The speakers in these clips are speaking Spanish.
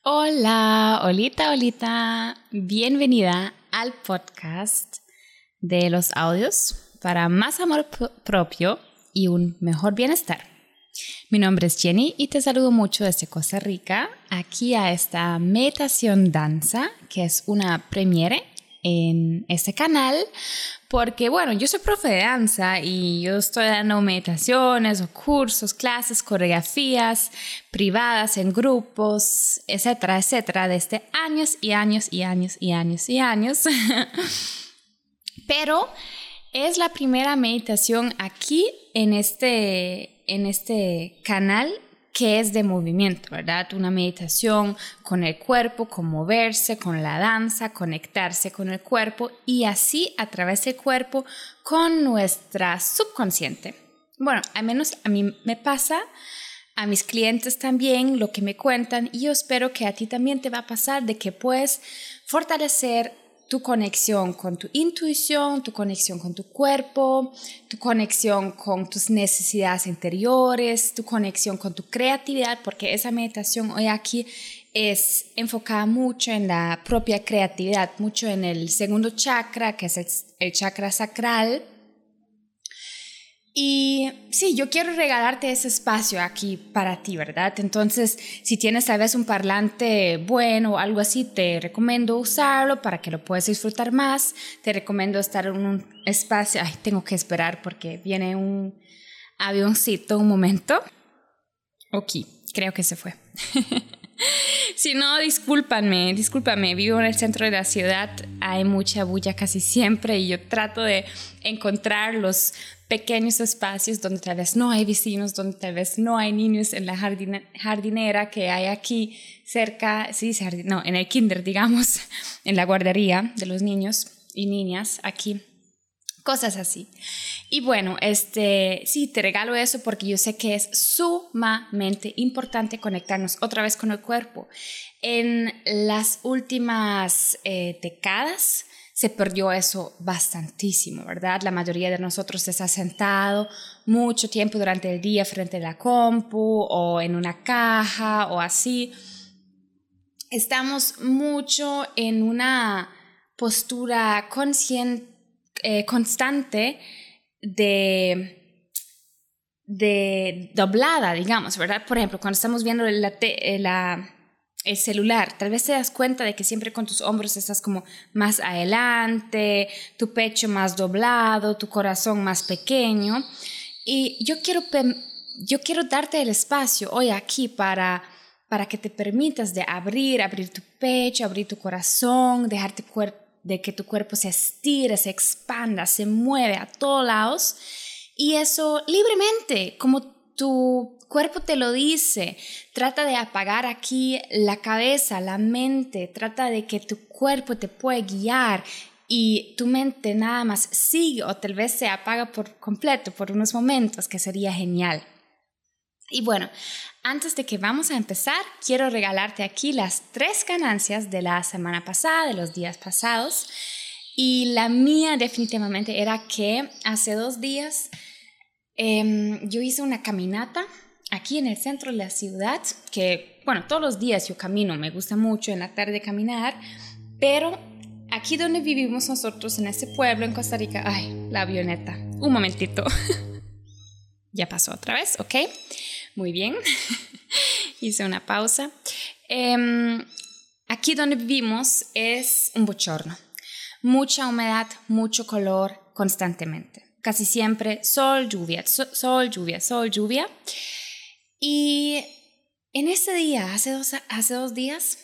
Hola, Olita, Olita. Bienvenida al podcast de los audios para más amor propio y un mejor bienestar. Mi nombre es Jenny y te saludo mucho desde Costa Rica, aquí a esta meditación danza, que es una premiere en este canal, porque bueno, yo soy profe de danza y yo estoy dando meditaciones o cursos, clases, coreografías privadas en grupos, etcétera, etcétera, desde años y años y años y años y años. Pero es la primera meditación aquí en este canal que es de movimiento, ¿verdad? Una meditación con el cuerpo, con moverse, con la danza, conectarse con el cuerpo y así a través del cuerpo con nuestra subconsciente. Bueno, al menos a mí me pasa, a mis clientes también, lo que me cuentan, y yo espero que a ti también te va a pasar, de que puedes fortalecer tu conexión con tu intuición, tu conexión con tu cuerpo, tu conexión con tus necesidades interiores, tu conexión con tu creatividad, porque esa meditación hoy aquí es enfocada mucho en la propia creatividad, mucho en el segundo chakra, que es el chakra sacral. Y sí, yo quiero regalarte ese espacio aquí para ti, ¿verdad? Entonces, si tienes tal vez un parlante bueno o algo así, te recomiendo usarlo para que lo puedas disfrutar más. Te recomiendo estar en un espacio... Ay, tengo que esperar porque viene un avioncito un momento. Ok, creo que se fue. Si no, discúlpame, vivo en el centro de la ciudad, hay mucha bulla casi siempre y yo trato de encontrar los pequeños espacios donde tal vez no hay vecinos, donde tal vez no hay niños en la jardinera que hay aquí cerca, en el kinder, digamos, en la guardería de los niños y niñas aquí. Cosas así. Y bueno, sí, te regalo eso porque yo sé que es sumamente importante conectarnos otra vez con el cuerpo. En las últimas décadas se perdió eso bastantísimo, ¿verdad? La mayoría de nosotros está sentado mucho tiempo durante el día frente a la compu o en una caja o así. Estamos mucho en una postura constante de doblada, digamos, ¿verdad? Por ejemplo, cuando estamos viendo el celular, tal vez te das cuenta de que siempre con tus hombros estás como más adelante, tu pecho más doblado, tu corazón más pequeño. Y yo quiero darte el espacio hoy aquí para que te permitas de abrir tu pecho, abrir tu corazón, de que tu cuerpo se estire, se expanda, se mueve a todos lados y eso libremente, como tu cuerpo te lo dice. Trata de apagar aquí la cabeza, la mente, trata de que tu cuerpo te pueda guiar y tu mente nada más sigue o tal vez se apaga por completo por unos momentos, que sería genial. Y bueno, antes de que vamos a empezar, quiero regalarte aquí las 3 ganancias de la semana pasada, de los días pasados. Y la mía definitivamente era que hace 2 días yo hice una caminata aquí en el centro de la ciudad, que bueno, todos los días yo camino, me gusta mucho en la tarde caminar, pero aquí donde vivimos nosotros, en este pueblo en Costa Rica, ay, la avioneta, un momentito, ya pasó otra vez, ¿ok? Muy bien, hice una pausa. Aquí donde vivimos es un bochorno. Mucha humedad, mucho color constantemente. Casi siempre sol, lluvia, sol, lluvia, sol, lluvia. Y en ese día, hace dos días,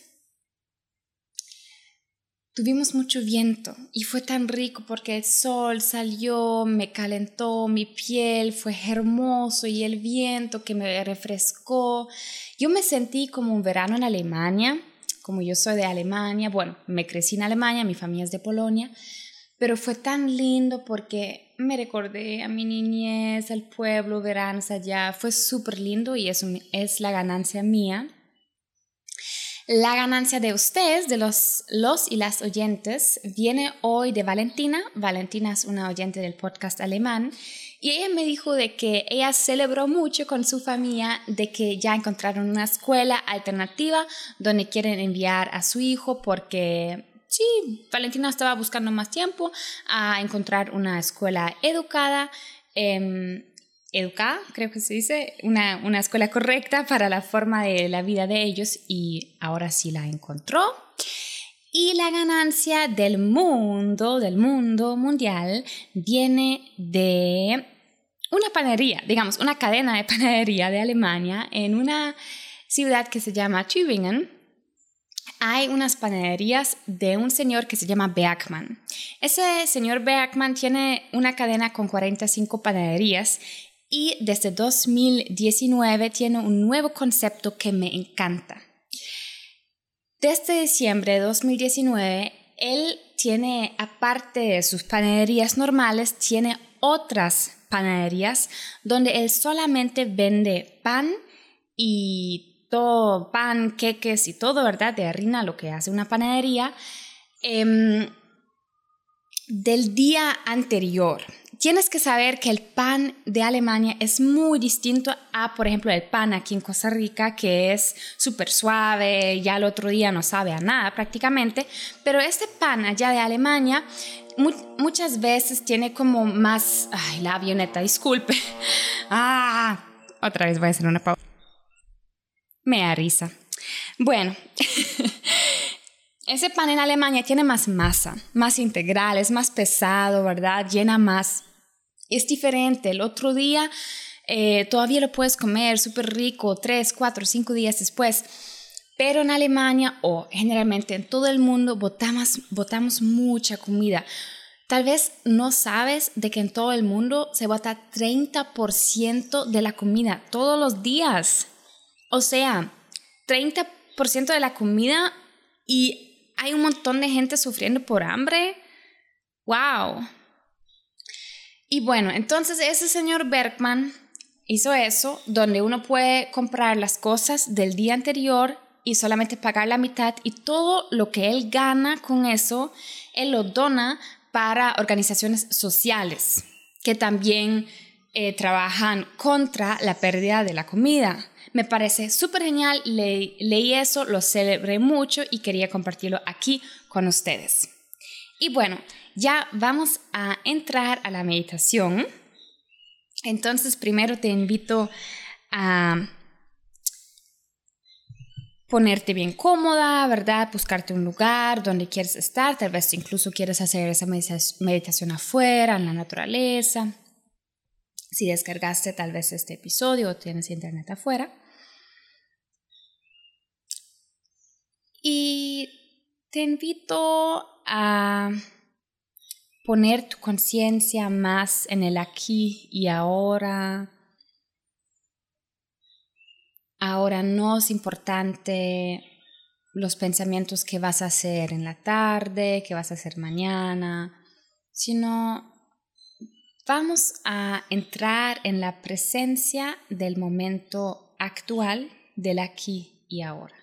tuvimos mucho viento y fue tan rico porque el sol salió, me calentó mi piel, fue hermoso y el viento que me refrescó. Yo me sentí como un verano en Alemania, como yo soy de Alemania, bueno, me crecí en Alemania, mi familia es de Polonia, pero fue tan lindo porque me recordé a mi niñez, al pueblo, veranos allá, fue súper lindo y eso es la ganancia mía. La ganancia de ustedes, de los y las oyentes, viene hoy de Valentina. Valentina es una oyente del podcast alemán y ella me dijo de que ella celebró mucho con su familia de que ya encontraron una escuela alternativa donde quieren enviar a su hijo porque sí, Valentina estaba buscando más tiempo a encontrar una escuela educada, creo que se dice, una escuela correcta para la forma de la vida de ellos, y ahora sí la encontró. Y la ganancia del mundo mundial, viene de una panadería, digamos, una cadena de panadería de Alemania en una ciudad que se llama Tübingen. Hay unas panaderías de un señor que se llama Bergmann. Ese señor Bergmann tiene una cadena con 45 panaderías y desde 2019 tiene un nuevo concepto que me encanta. Desde diciembre de 2019, él tiene, aparte de sus panaderías normales, tiene otras panaderías donde él solamente vende pan y todo, pan, queques y todo, ¿verdad? De harina, lo que hace una panadería, del día anterior. Tienes que saber que el pan de Alemania es muy distinto a, por ejemplo, el pan aquí en Costa Rica, que es súper suave, ya el otro día no sabe a nada prácticamente, pero este pan allá de Alemania muchas veces tiene como más... Ay, la avioneta, disculpe. Otra vez voy a hacer una pausa. Me da risa. Bueno... Ese pan en Alemania tiene más masa, más integral, es más pesado, ¿verdad? Llena más. Es diferente. El otro día todavía lo puedes comer súper rico 3, 4, 5 días después. Pero en Alemania o generalmente en todo el mundo botamos mucha comida. Tal vez no sabes de que en todo el mundo se bota 30% de la comida todos los días. O sea, 30% de la comida y hay un montón de gente sufriendo por hambre. ¡Wow! Y bueno, entonces ese señor Bergmann hizo eso, donde uno puede comprar las cosas del día anterior y solamente pagar la mitad, y todo lo que él gana con eso, él lo dona para organizaciones sociales que también trabajan contra la pérdida de la comida. Me parece súper genial, leí eso, lo celebré mucho y quería compartirlo aquí con ustedes. Y bueno, ya vamos a entrar a la meditación. Entonces, primero te invito a ponerte bien cómoda, ¿verdad? Buscarte un lugar donde quieres estar. Tal vez incluso quieres hacer esa meditación afuera, en la naturaleza. Si descargaste tal vez este episodio o tienes internet afuera. Y te invito a poner tu conciencia más en el aquí y ahora. Ahora no es importante los pensamientos que vas a hacer en la tarde, que vas a hacer mañana, sino vamos a entrar en la presencia del momento actual, del aquí y ahora.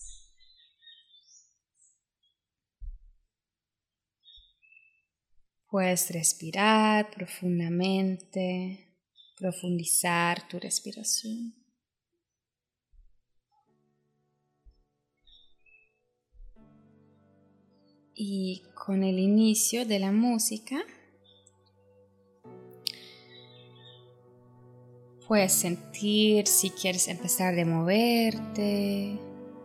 Puedes respirar profundamente, profundizar tu respiración. Y con el inicio de la música, puedes sentir si quieres empezar a moverte,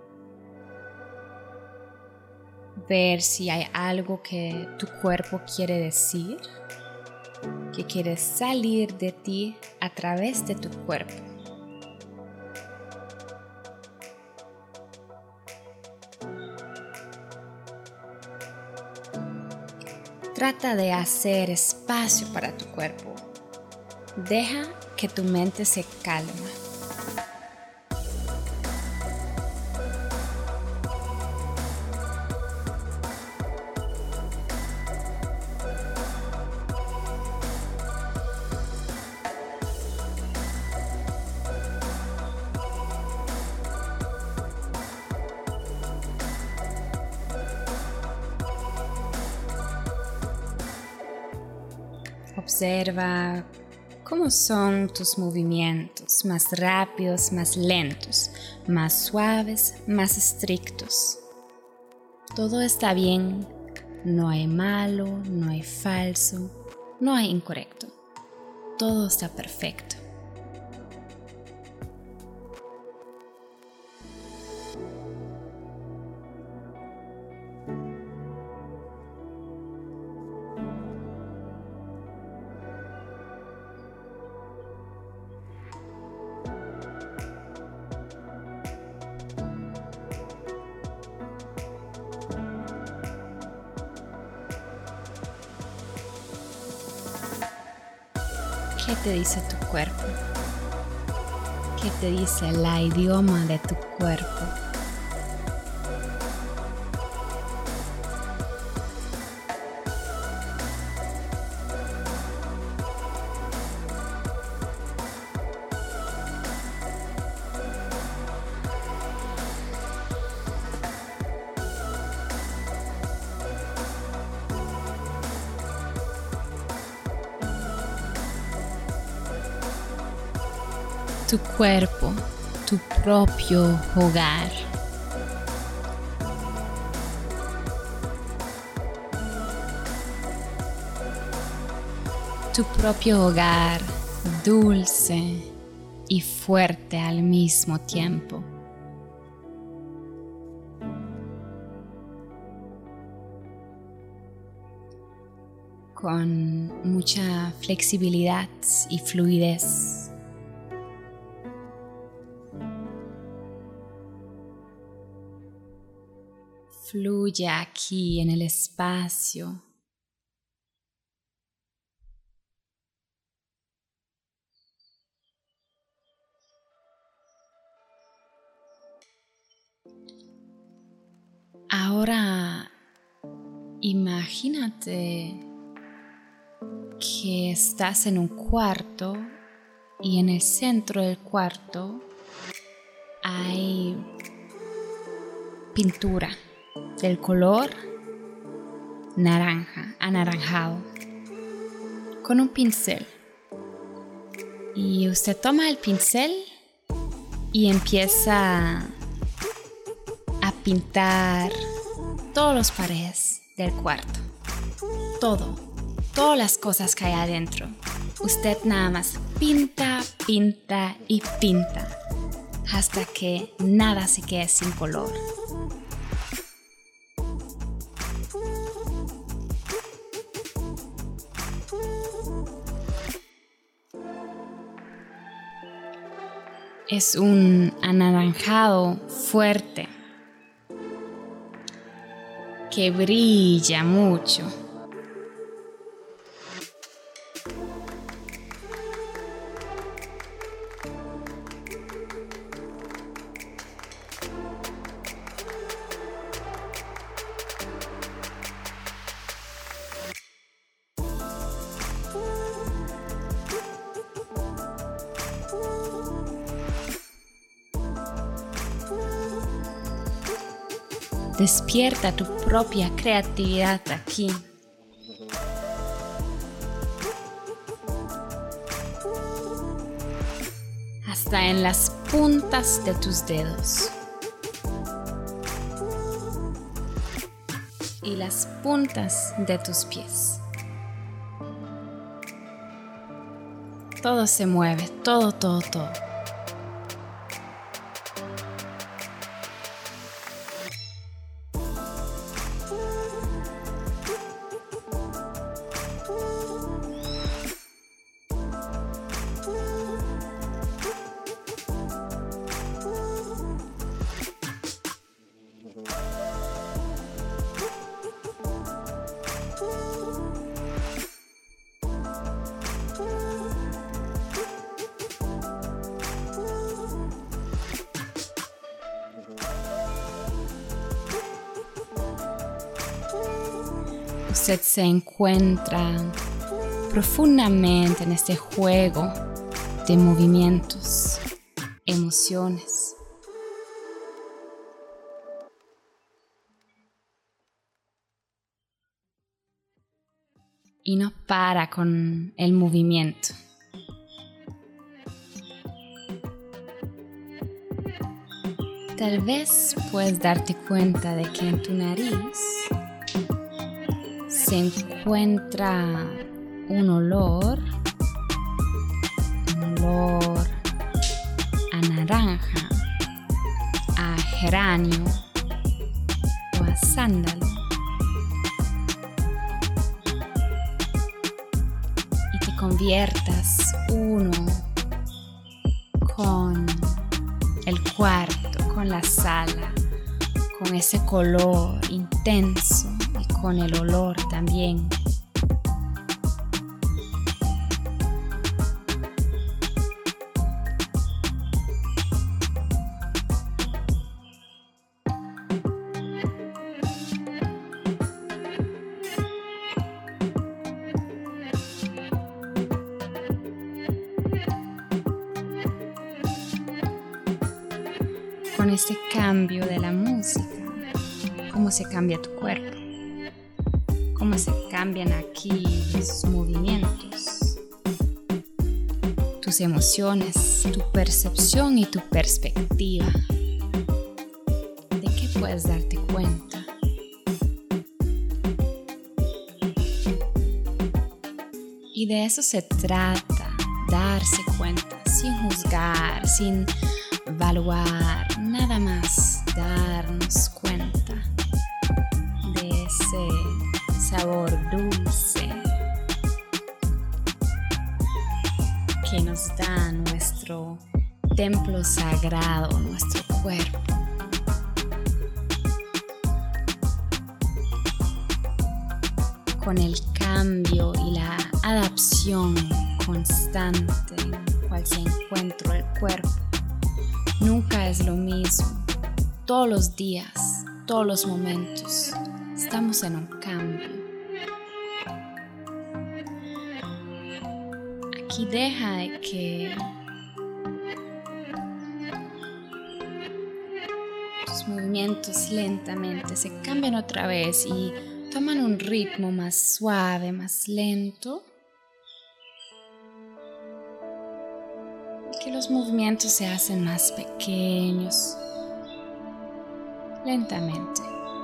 ver si hay algo que tu cuerpo quiere decir, que quiere salir de ti a través de tu cuerpo. Trata de hacer espacio para tu cuerpo. Deja que tu mente se calme. Observa cómo son tus movimientos, más rápidos, más lentos, más suaves, más estrictos. Todo está bien, no hay malo, no hay falso, no hay incorrecto. Todo está perfecto. ¿Qué te dice tu cuerpo? ¿Qué te dice el idioma de tu cuerpo? Tu cuerpo, tu propio hogar. Tu propio hogar, dulce y fuerte al mismo tiempo. Con mucha flexibilidad y fluidez. Fluye aquí en el espacio. Ahora imagínate que estás en un cuarto y en el centro del cuarto hay pintura del color naranja, anaranjado, con un pincel. Y usted toma el pincel y empieza a pintar todas las paredes del cuarto. Todas las cosas que hay adentro. Usted nada más pinta, pinta y pinta hasta que nada se quede sin color. Es un anaranjado fuerte que brilla mucho. Despierta tu propia creatividad aquí. Hasta en las puntas de tus dedos. Y las puntas de tus pies. Todo se mueve, todo. Usted se encuentra profundamente en este juego de movimientos, emociones. y no para con el movimiento. Tal vez puedes darte cuenta de que en tu nariz se encuentra un olor a naranja, a geranio o a sándalo. Y te conviertas uno con el cuarto, con la sala, con ese color intenso y con el olor también. Con este cambio de la música, cómo se cambia tu cuerpo, cómo se cambian aquí los movimientos, tus emociones, tu percepción y tu perspectiva. ¿De qué puedes darte cuenta? Y de eso se trata, darse cuenta, sin juzgar, sin evaluar, nada más darnos cuenta de ese sabor dulce que nos da nuestro templo sagrado, nuestro cuerpo. Con el cambio y la adaptación constante en la cual se encuentra el cuerpo. Nunca es lo mismo. Todos los días, todos los momentos, estamos en un cambio. Aquí deja de que tus movimientos lentamente se cambien otra vez y toman un ritmo más suave, más lento. Que los movimientos se hacen más pequeños, lentamente.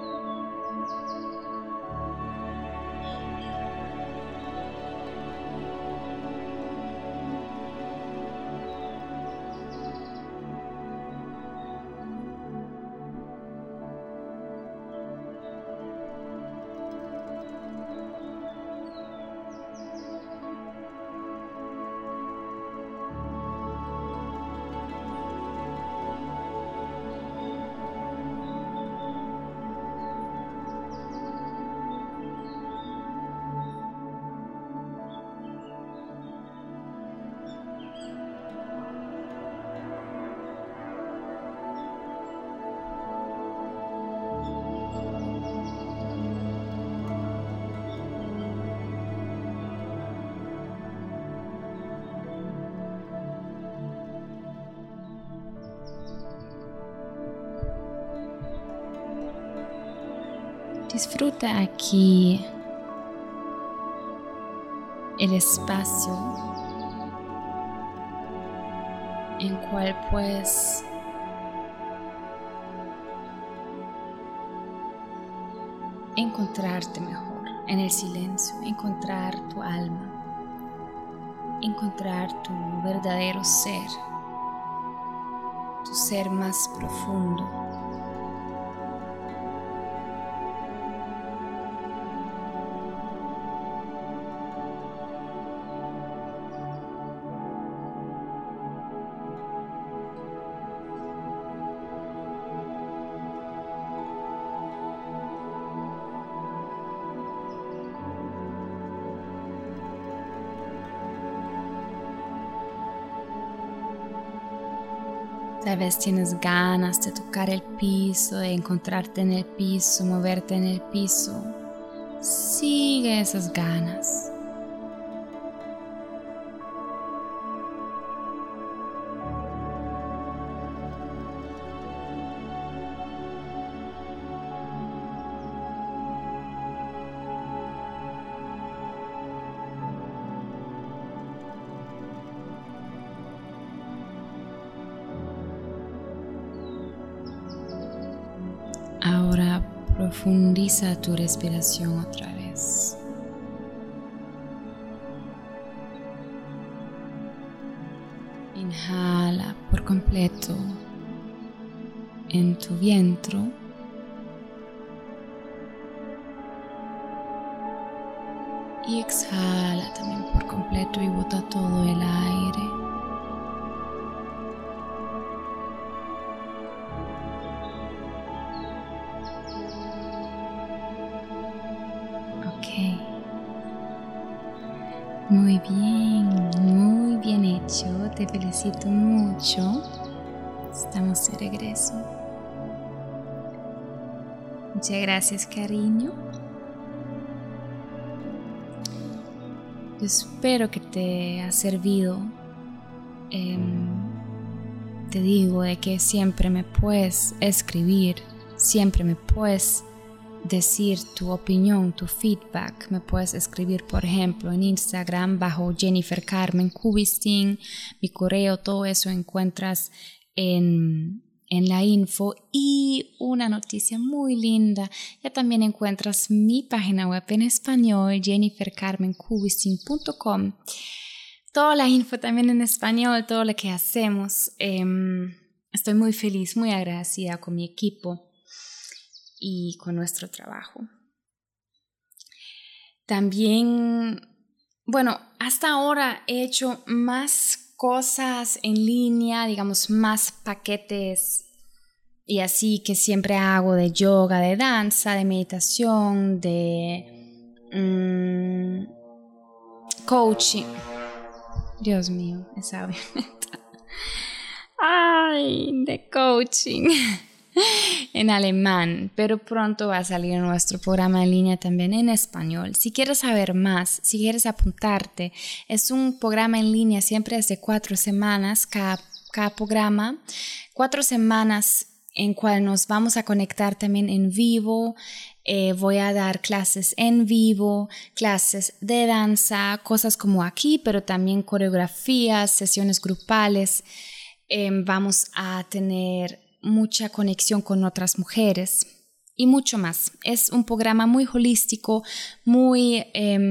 Disfruta aquí el espacio en cual puedes encontrarte mejor en el silencio, encontrar tu alma, encontrar tu verdadero ser, tu ser más profundo. Tal vez tienes ganas de tocar el piso, de encontrarte en el piso, moverte en el piso. Sigue esas ganas. Ahora profundiza tu respiración otra vez. Inhala por completo en tu vientre. Y exhala también por completo y bota todo el aire. Ok. Muy bien hecho. Te felicito mucho. Estamos de regreso. Muchas gracias, cariño. Yo espero que te ha servido. Te digo de que siempre me puedes escribir, siempre me puedes decir tu opinión, tu feedback. Me puedes escribir, por ejemplo, en Instagram bajo Jennifer Carmen Kubistin. Mi correo, todo eso encuentras en la info. Y una noticia muy linda, ya también encuentras mi página web en español, jennifercarmenkubistin.com. Toda la info también en español, todo lo que hacemos. Estoy muy feliz, muy agradecida con mi equipo y con nuestro trabajo. También, bueno, hasta ahora he hecho más cosas en línea, digamos, más paquetes y así que siempre hago de yoga, de danza, de meditación, de coaching. Dios mío, esa avioneta. Ay, de coaching en alemán, pero pronto va a salir nuestro programa en línea también en español. Si quieres saber más, si quieres apuntarte, es un programa en línea, siempre es de 4 semanas cada programa, 4 semanas en cual nos vamos a conectar también en vivo. Voy a dar clases en vivo, clases de danza, cosas como aquí, pero también coreografías, sesiones grupales. Vamos a tener mucha conexión con otras mujeres y mucho más. Es un programa muy holístico, muy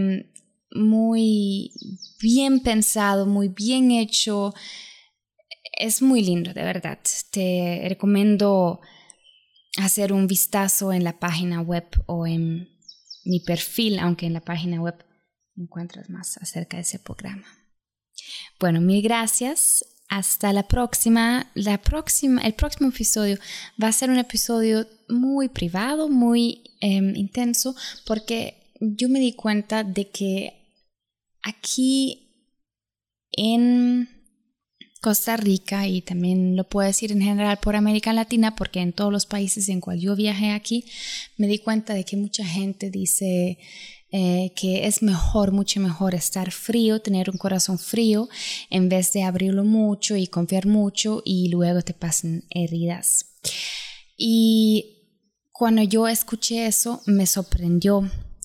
bien pensado, muy bien hecho. Es muy lindo, de verdad. Te recomiendo hacer un vistazo en la página web o en mi perfil, aunque en la página web encuentras más acerca de ese programa. Bueno, mil gracias. Hasta la próxima. El próximo episodio va a ser un episodio muy privado, muy intenso, porque yo me di cuenta de que aquí en Costa Rica, y también lo puedo decir en general por América Latina, porque en todos los países en cual yo viajé aquí, me di cuenta de que mucha gente dice que es mejor, mucho mejor estar frío, tener un corazón frío, en vez de abrirlo mucho y confiar mucho y luego te pasen heridas. Y cuando yo escuché eso, me sorprendió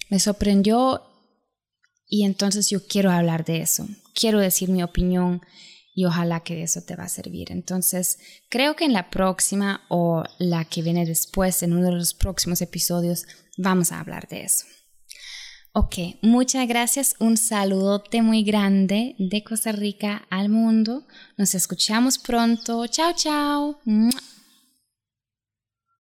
y entonces yo quiero hablar de eso, quiero decir mi opinión. Y ojalá que eso te va a servir. Entonces, creo que en la próxima o la que viene después, en uno de los próximos episodios, vamos a hablar de eso. Ok, muchas gracias. Un saludote muy grande de Costa Rica al mundo. Nos escuchamos pronto. Chao, chao.